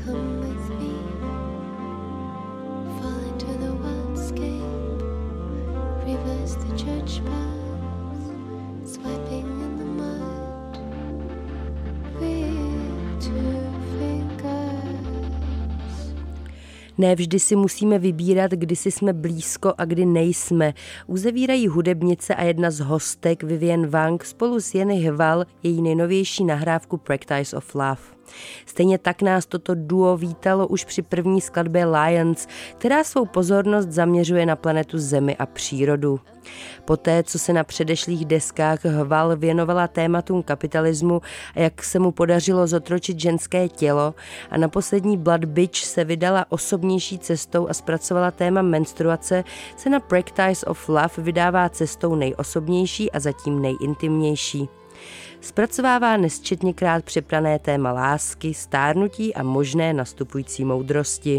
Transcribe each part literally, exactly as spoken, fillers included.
Ne vždy si musíme vybírat, kdy si jsme blízko a kdy nejsme. Uzavírají hudebnice a jedna z hostek Vivienne Wang spolu s Jenny Hval její nejnovější nahrávku Practice of Love. Stejně tak nás toto duo vítalo už při první skladbě Lions, která svou pozornost zaměřuje na planetu Zemi a přírodu. Poté, co se na předešlých deskách Hval věnovala tématům kapitalismu a jak se mu podařilo zotročit ženské tělo, a na poslední Blood Bitch se vydala osobnější cestou a zpracovala téma menstruace, se na Practice of Love vydává cestou nejosobnější a zatím nejintimnější. Zpracovává nesčetněkrát přeprané téma lásky, stárnutí a možné nastupující moudrosti.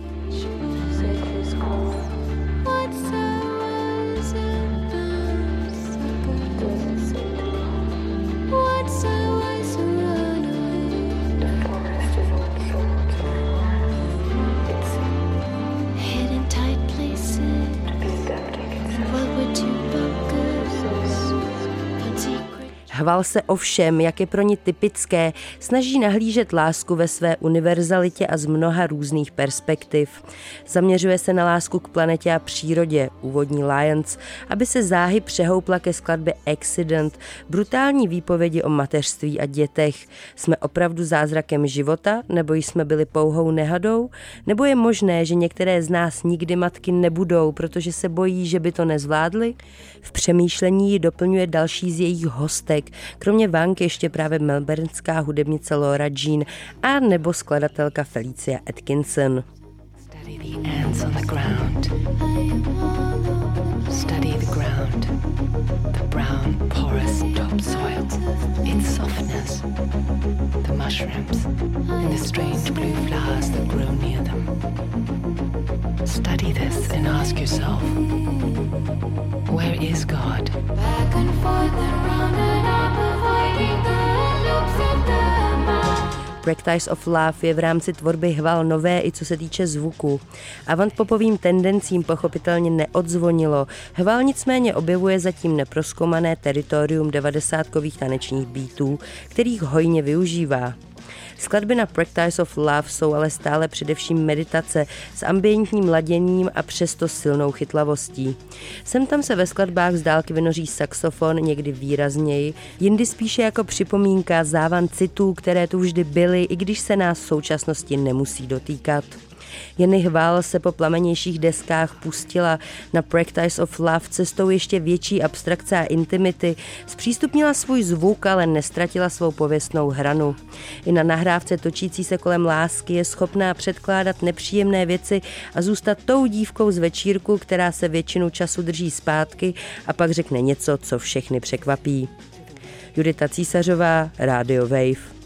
Hval se ovšem, jak je pro ní typické, snaží nahlížet lásku ve své univerzalitě a z mnoha různých perspektiv. Zaměřuje se na lásku k planetě a přírodě, úvodní Lions, aby se záhy přehoupla ke skladbě Accident, brutální výpovědi o mateřství a dětech. Jsme opravdu zázrakem života, nebo jsme byli pouhou nehadou? Nebo je možné, že některé z nás nikdy matky nebudou, protože se bojí, že by to nezvládly? V přemýšlení ji doplňuje další z jejich hostek, kromě Wang ještě právě melbournská hudebnice Laura Jean a nebo skladatelka Felicia Atkinson. Study the ants on the ground. Study the ground. The brown, porous topsoil. Its softness. The mushrooms and the strange blue flowers that grow near them. Study this and ask yourself, where is God? Back and forth and round and up, avoiding the loops of the mouth. Practice of Love je v rámci tvorby Hval nové i co se týče zvuku. Avantpopovým tendencím pochopitelně neodzvonilo. Hval nicméně objevuje zatím neprozkoumané teritorium devadesátkových tanečních beatů, kterých hojně využívá. Skladby na Practice of Love jsou ale stále především meditace s ambientním laděním a přesto silnou chytlavostí. Sem tam se ve skladbách z dálky vynoří saxofon, někdy výrazněji, jindy spíše jako připomínka závan citů, které tu vždy byly, i když se nás v současnosti nemusí dotýkat. Jenny Hval se po plamenějších deskách pustila na Practice of Love cestou ještě větší abstrakce a intimity, zpřístupnila svůj zvuk, ale nestratila svou pověstnou hranu. I na nahrávce točící se kolem lásky je schopná předkládat nepříjemné věci a zůstat tou dívkou z večírku, která se většinu času drží zpátky a pak řekne něco, co všechny překvapí. Judita Císařová, Radio Wave.